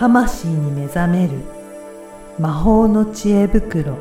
魂に目覚める魔法の知恵袋。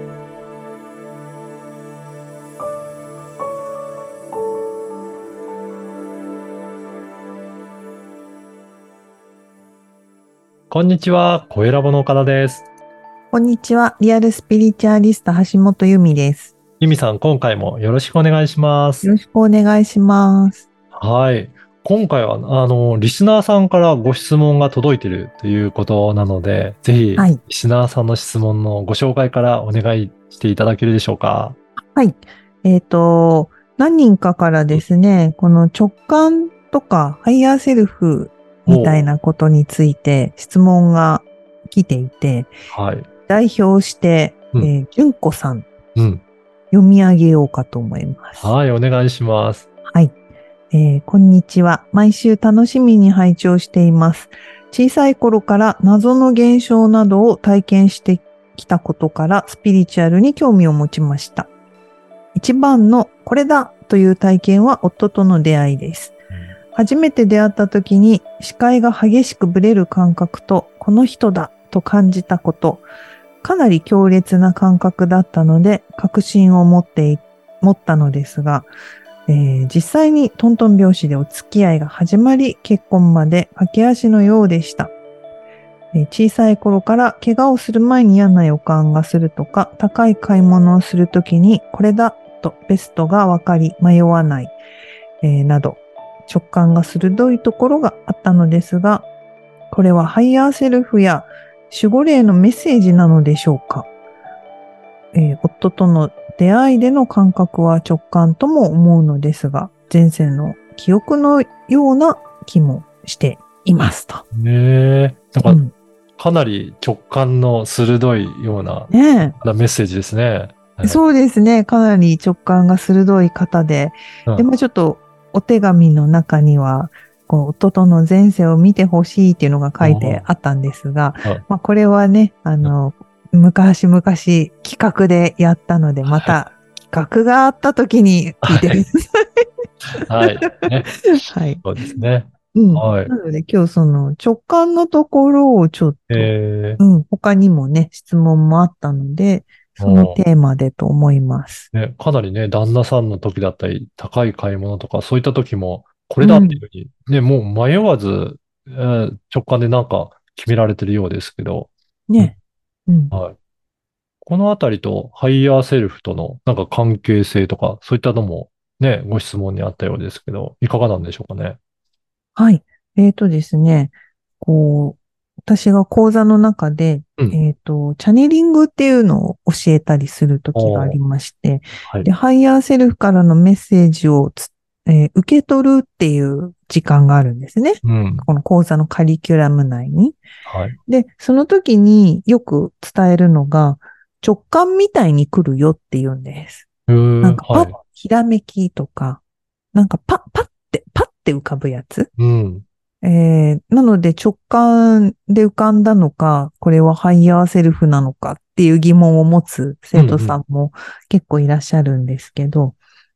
こんにちは、声ラボの岡田です。 こんにちは。リアルスピリチュアリスト橋本由美です。 由美さん、今回もよろしくお願いします。 よろしくお願いします。 はい。今回は、リスナーさんからご質問が届いているということなので、ぜひ、 はい。 リスナーさんの質問のご紹介からお願いしていただけるでしょうか。 はい。何人かからですね、この直感とかハイヤーセルフみたいなことについて質問が来ていて、 はい。 代表して、 うん。 純子さんうん。 読み上げようかと思います。 はい、お願いします。 はい。こんにちは。毎週楽しみに拝聴しています。小さい頃から謎の現象などを体験してきたことからスピリチュアルに興味を持ちました。一番のこれだという体験は夫との出会いです。初めて出会った時に視界が激しくブレる感覚とこの人だと感じたこと、かなり強烈な感覚だったので確信を持ったのですが、実際にトントン拍子でお付き合いが始まり、結婚まで駆け足のようでした。小さい頃から怪我をする前に嫌な予感がするとか、高い買い物をするときにこれだとベストが分かり迷わない、など直感が鋭いところがあったのですが、これはハイヤーセルフや守護霊のメッセージなのでしょうか。夫との出会いでの感覚は直感とも思うのですが、前世の記憶のような気もしていますと。 ねえ、 うん、 かなり直感の鋭いような、 ねメッセージですね。 え、そうですね。かなり直感が鋭い方で、で、 うん。 ちょっとお手紙の中には、夫との前世を見てほしいっていうのが書いてあったんですが、 うんこれはね、昔々企画でやったので、まはい。 た企画があった時に聞いてくだはい。ね。 さい。はい。 そうですね。 うん。 はい。 なので今日その直感のところをちょっと、 え他にもね、質問もあったので、そのもテーマでと思います。 かなりね、旦那さんの時だったり、高い買い物とか、そういった時も、これうん。 だっていうふうに、ね、もう迷わず、直感でなんか決められてるようですけど、うん、 ね。うん。 はい。このあたりとハイヤーセルフとのなんか関係性とか、そういったのもね、ご質問にあったようですけど、いかがなんでしょうかね。 はい。ですね、私が講座の中で、 うん。 チャネリングっていうのを教えたりする時があおー、 りまして、で、 はい。 ハイヤーセルフからのメッセージを受け取るっていう時間があるんですね。 うん。 この講座のカリキュラム内に。 はい。 で、その時によく伝えるのが、直感みたいに来るよって言うんです。なんかパッ、 はい。 ひらめきとか、なんかパッて浮かぶやつ。 うん。 なので直感で浮かんだのか、これはハイヤーセルフなのかっていう疑問を持つ生徒うんうん。 さんも結構いらっしゃるんですけど、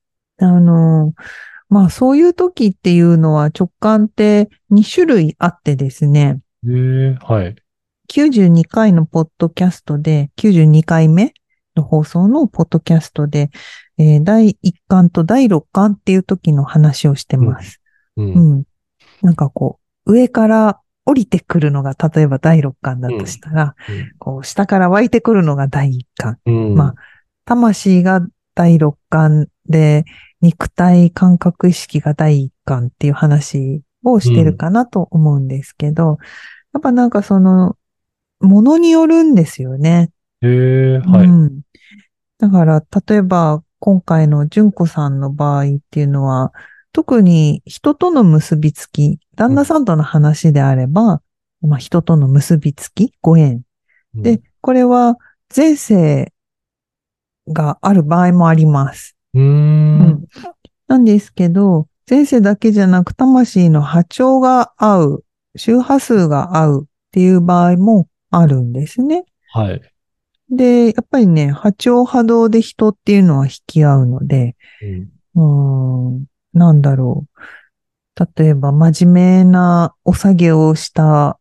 そういう時っていうのは直感って2種類あってですね、 はい。 92回のポッドキャストで、92回目の放送のポッドキャストで、第1巻と第6巻っていう時の話をしてうん。 ます。 うん。 うん。なんか上から降りてくるのが、例えば第6巻だとしうん。 たら、 うん。 下から湧いてくるのが第1巻。 うん。 まあ、魂が第6巻で、肉体感覚意識が第1巻っていう話をしてるうん。 かなと思うんですけど、やっぱなんかものによるんですよね。うはい。 ん。だから、例えば、今回の純子さんの場合っていうのは、特に人との結びつき、旦うん。 那さんとの話であれば、人との結びつき、ご縁。で、 うん。 これは前世がある場合もあります。 うーん。 うん。なんですけど、前世だけじゃなく魂の波長が合う、周波数が合うっていう場合もあるんですね。 はい。 で、やっぱりね、波長波動で人っていうのは引き合うので、 うん。 うーん、なんだろう。例えば、真面目なお下げをした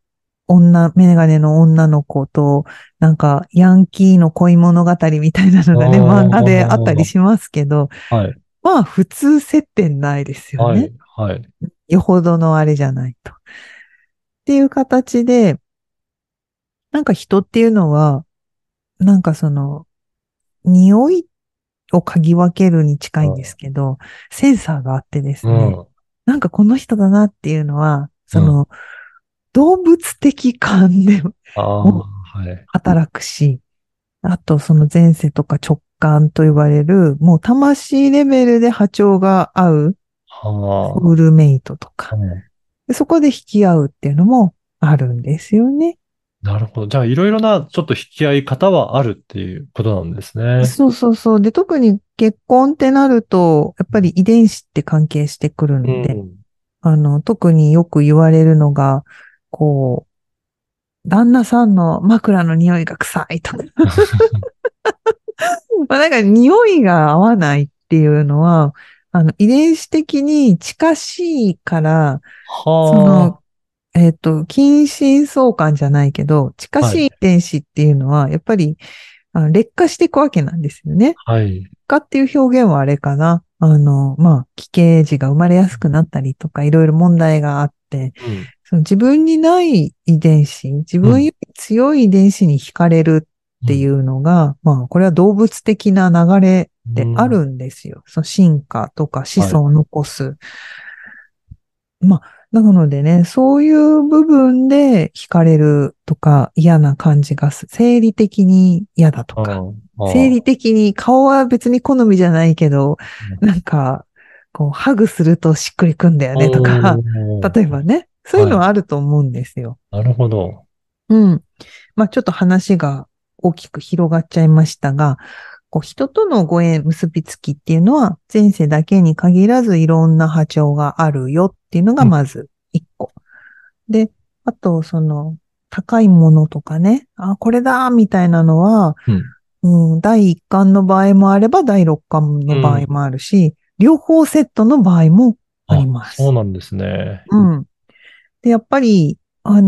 メガネの女の子と、なんか、ヤンキーの恋物語みたいなのがね、漫画であったりしますけど、 はい。 まあ、普通接点ないですよね。 はい。はい。 よほどのあれじゃないと。っていう形で、なんか人っていうのは、なんか匂いを嗅ぎ分けるに近いんですけど、センサーがあってですね、 うん。 なんかこの人だなっていうのは、 うん。 動物的感でああ、 もはい。 働くし、あとその前世とか直感と呼ばれる、もう魂レベルで波長が合うソはウルメイトとあ。 か、 うん。 でそこで引き合うっていうのもあるんですよね。 なるほど。じゃあ、いろいろなちょっと引き合い方はあるっていうことなんですね。 そうそうそう。で、特に結婚ってなると、やっぱり遺伝子って関係してくるので、 うん。 特によく言われるのが、こ旦那さんの枕の匂いが臭いとか。まあなんか匂いが合わないっていうのは、遺伝子的に近しいから、その、 は近親相関じゃないけど、近あ。はい。 しい遺伝子っていうのは、やっぱり、劣化していくわけなんですよね。 はい。 劣化っていう表現はあれかな。まあ、奇形児が生まれやすくなったりとか、いろいろ問題があって、 うん。 その自分にない遺伝子、自うん。 分より強い遺伝子に惹かれるっていうん。 うのが、まあ、これは動物的な流れうん。 であるんですよ。その進化とか子はい。 孫を残す。まあ、なのでね、そういう部分で惹かれるとか嫌な感じが生理的に嫌だとあか、 あ。 生理ああ。 的に顔は別に好みじゃないけど、 うん。 なんか、こう、ハグするとしっくりくんだよねとか、 おー。 例えばね、そういうはい。 のはあると思うんですよ。 なるほど。 うん。まあちょっと話が大きく広がっちゃいましたが、こう人とのご縁結びつきっていうのは前世だけに限らずいろんな波長があるよっていうのがうん。 まず一個。で、あと高いものとかね、あ、これだみたいなのは、 うん。 第一巻の場合もあれば第六巻の場合うん。 もあるし、両方セットの場合もありあ、 ます。 そうなんですね。 うん。で、やっぱり、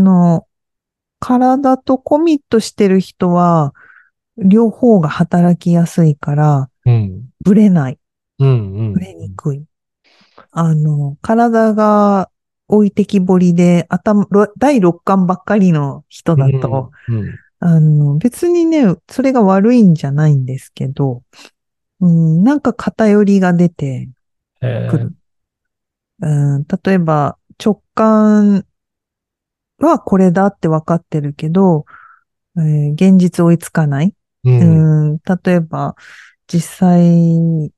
体とコミットしてる人は、両方が働きやすいから、 うん。 ブレない、 うん。うブん。 レにくい。体が置いてきぼりで、第六感ばっかりの人うだと、 ん。うん。 別にね、それが悪いんじゃないんですけど、なんか偏りが出てくえる。例えば、直感はこれだって分かってるけど、現実追いつかない。 うん。 例えば、実際、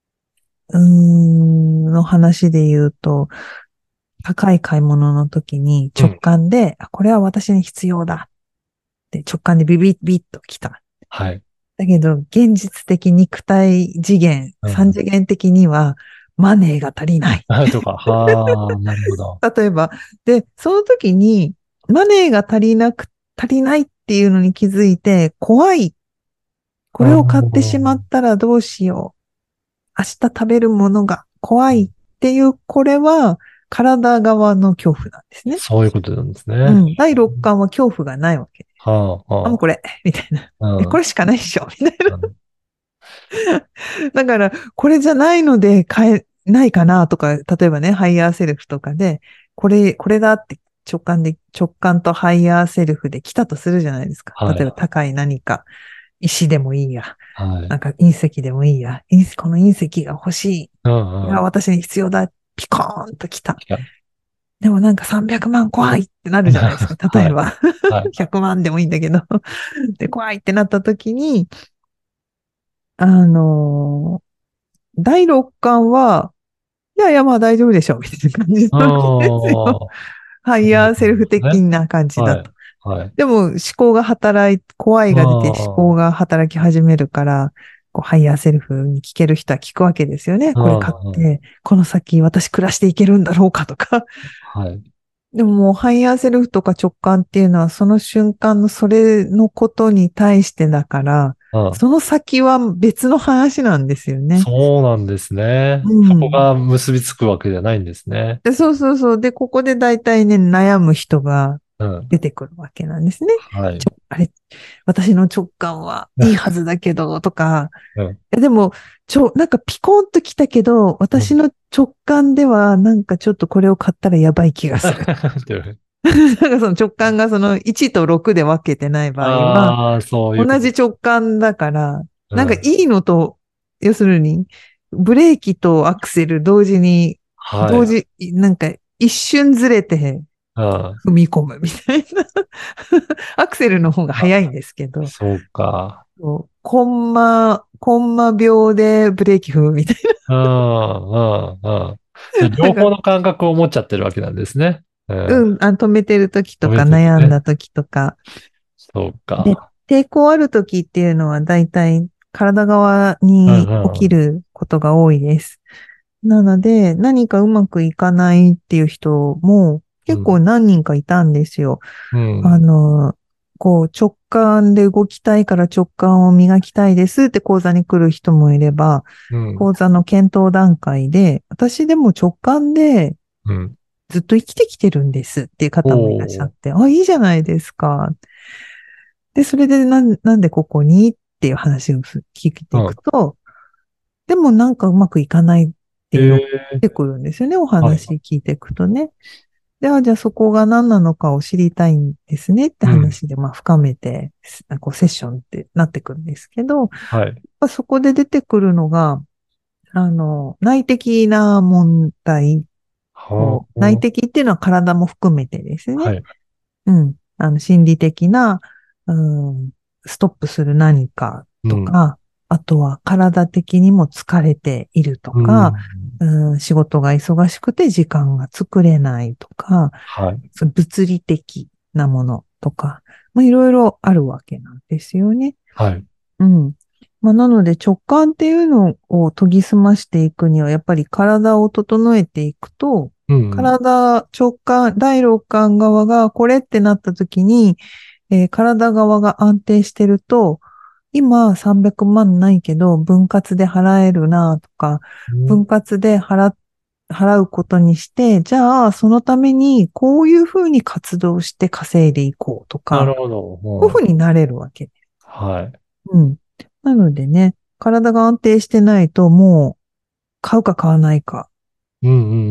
の話で言うと、高い買い物の時に直うん。 感で、あ、これは私に必要だって直感でビビッビッと来た。 はい。 だけど、現実的肉体次元、 うん。 三次元的にはマネーが足りない。 あ、とか。はあ、なるほど。 例えば、で、その時にマネーが足りないっていうのに気づいて、怖い。こうれを買ってしまっん。 たらどうしよう。明日食べるものが怖いっていう、これは体側の恐怖なんですね。 そういうことなんですね。 うん。第六感は恐怖がないわけ。 はあ、 あ、もうはこれ、みたいな。 あ。 え、 うん。 これしかないっしょ、みたいな。 うん。 だから、これじゃないので買えないかなとか、例えばね、ハイヤーセルフとかで、これだって直感とハイヤーセルフで来たとするじゃないですか。 はい。 例えば高い何か、石でもいいや。 はい。 なんか隕石でもいいや。この隕石が欲しい。 うん。 これはうん。 私に必要だ。ピコーンと来た。 いや。 でもなんか300万怖いってなるじゃないですか。例はい。 えば。 はい。 100万でもいいんだけど。で、怖いってなった時に、あの第六感は、いやいや、まあ大丈夫でしょう、みたいな感じあなわけですよ。 あ、 ハイそういうヤーセルフことですね。 的な感じだと。 はい。はい。 でも思考が怖いあが出て思考あ、 が働き始めるから、こうハイヤーセルフに聞ける人は聞くわけですよね。 あこれ買っあ、 て、この先私暮らしていけるんだろうかとか。 はい。 でももうハイヤーセルフとか直感っていうのはその瞬間のそれのことに対してだから、 ああ、 その先は別の話なんですよね。 そうなんですね。 うそこん。 が結びつくわけじゃないんですね。 で、そうそうそう。で、ここで大体ね、悩む人がうん。 出てくるわけなんですね。 はい。 あれ、私の直感はいいはずだけど、とか、 うん。 でも、なんかピコンときたけど、 うん。 私の直感では、なんかちょっとこれを買ったらやばい気がする。なんかその直感がその1と6で分けてない場合は、 ああ、そういうこと。 同じ直感だから、なんかうん。 いいのと、要するに、ブレーキとアクセル同時に、 はい。 なんか一瞬ずれてうん。 踏み込むみたいな。アクセルの方が早いんですけど、 そうか。 コンマ秒でブレーキ踏むみたいうん、うん、うん。じゃあな。なんか、 両方の感覚を持っちゃってるわけなんですね。うん。 止めてる時とか止めてるね。 悩んだ時とか。 そうで、 か。 抵抗ある時っていうのはだいたい体側うん、 に起きうん、 ることが多いです。なので、何かうまくいかないっていう人も結構うん、 何人かいたんですよ。 うあん、 の、直感で動きたいから直感を磨きたいですって講座に来る人もいれば、 うん、 講座の検討段階で、私でも直感でうん。 ずっと生きてきてるんですっていう方もいらっしゃおー、 って、あ、いいじゃないですか。で、それでなんでここにっていう話を聞いていくうん。 と、でもなんかうまくいかないっていうのがええ、 出てくるんですよね。おはい。 話聞いていくとね。じゃあそこが何なのかを知りたいんですねってうん。 話で、まあ深めて、セッションってなってくるんですけど、 はい。 そこで出てくるのが、内的な問題は内あ、 的っていうのは体も含めてですね。 はい。 うん。心理的な、うん、ストップする何かうん、 とか、あとは体的にも疲れているとうか、 ん。 仕事が忙しくて時間が作れないとか、 はい。 その物理的なものとか、まあ、いろいろあるわけなんですよね。 はい。 うん。まあ、なので直感っていうのを研ぎ澄ましていくには、やっぱり体を整えていくと、 うん、 直感、第六感側がこれってなった時に、体側が安定してると、今300万ないけど分割で払えるなとか、 うん。 分割で払うことにして、じゃあそのためにこういうふうに活動して稼いでいこうとか、 なるほど。 こういうふううん。 になれるわけ。 はい。 うん。なのでね、体が安定してないともう買うか買わないかうん、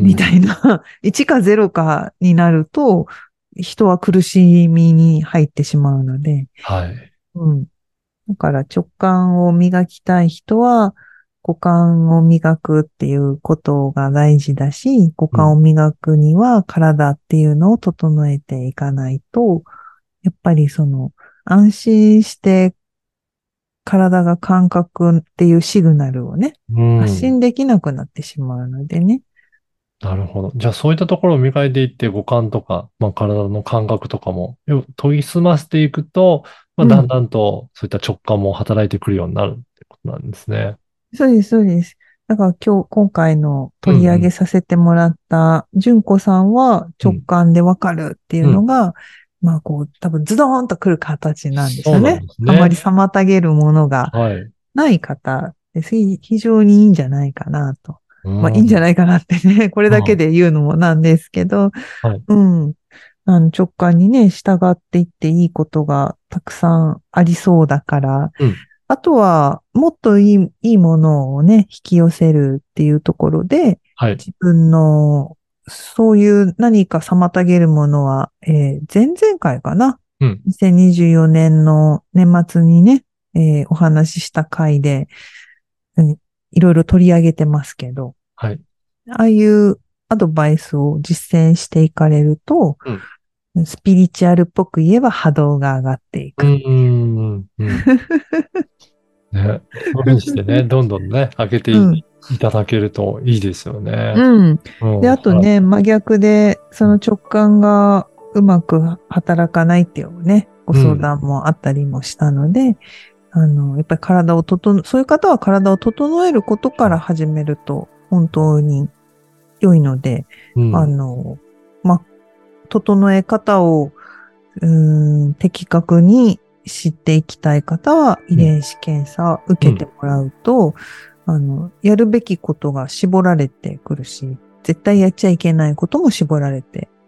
うん。 みたいな1か0かになると人は苦しみに入ってしまうので、 はい。 うん。だから直感を磨きたい人は五感を磨くっていうことが大事だし、五うん。 感を磨くには体っていうのを整えていかないと、やっぱり安心して体が感覚っていうシグナルをね、 う発ん。 信できなくなってしまうのでね。 なるほど。じゃあそういったところを磨いていって五感とか、まあ体の感覚とかも研ぎ澄ませていくと、まあだんうん。 だんとそういった直感も働いてくるようになるってことなんですね。 そうです、そうです。だから今回の取り上げうん、 させてもらった純子さんはうん、うん、 直感でわかるっていううん。 のが、まあ多分ズドーンと来る形なんですそうなんよね。 ですね。 あまり妨げるものがはい。 ない方です。非常にいいんじゃないかなと。 うまあいいんじゃん。 ないかなってね、これだけうん。 で言うのもなんですけど、 はい。 うん。直感にね、従っていっていいことがたくさんありそうだから、 うん。 あとは、もっといいものをね、引き寄せるっていうところで、 はい。 自分の、そういう何か妨げるものは、前々回かな。 うん。 2024年の年末にね、お話しした回で、いろいろ取り上げてますけど、 はい。 ああいうアドバイスを実践していかれると、 うん。 スピリチュアルっぽく言えば波動が上がっていうく。 ん。うん。ね。そういうふうにしてね、どんどんね、開けていうん。 ただけるといいですよね。 うん。で、 うん。はい。 あとね、真逆で、その直感がうまく働かないっていうね、ご相うん。 談もあったりもしたので、やっぱりそういう方は体を整えることから始めると本当に良いので、 うん。 まあ、整え方を、的確に知っていきたい方は遺うん。 伝子検査を受けてうん。 もらうと、やるべきことが絞られてくるし、絶対やっちゃいけないことも絞られて、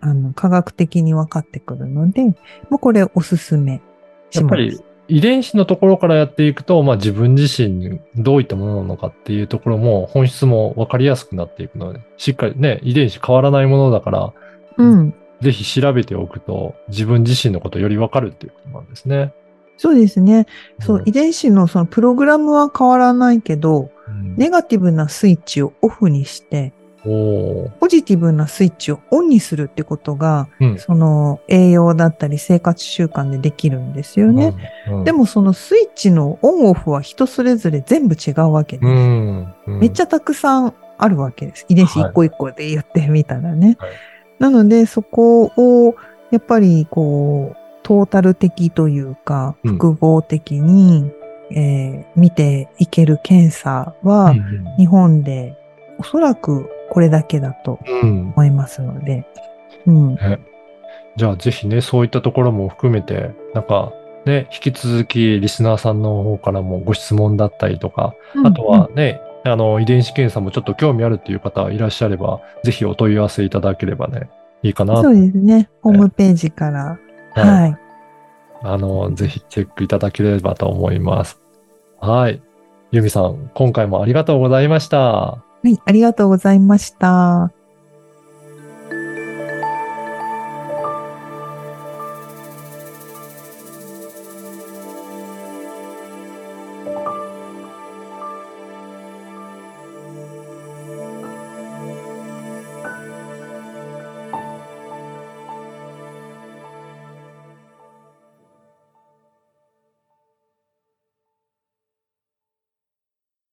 科学的に分かってくるので、もうこれおすすめします。 やっぱり遺伝子のところからやっていくと、自分自身にどういったものなのかっていうところも本質も分かりやすくなっていくので、しっかりね、遺伝子変わらないものだから、ぜひ調べておくと自分自身のことより分かるっていうことなんですね。 そうですね。そう、遺伝子のそのプログラムは変わらないけど、ネガティブなスイッチをオフにして、ポジティブなスイッチをオンにするってことが、その栄養だったり生活習慣でできるんですよね。でもそのスイッチのオンオフは人それぞれ全部違うわけです。めっちゃたくさんあるわけです。遺伝子一個一個で言ってみたらね。なのでそこをやっぱりこう、トータル的というか、複合的に、見ていける検査は、日本でおそらくこれだけだと思いますので。 じゃあぜひね、そういったところも含めて、なんかね、引き続きリスナーさんの方からもご質問だったりとか、あとはね、遺伝子検査もちょっと興味あるっていう方いらっしゃれば、ぜひお問い合わせいただければね、いいかなと。 そうですね。ホームページから。はい。 ぜひチェックいただければと思います。はい。由美さん、今回もありがとうございました。 はい、ありがとうございました。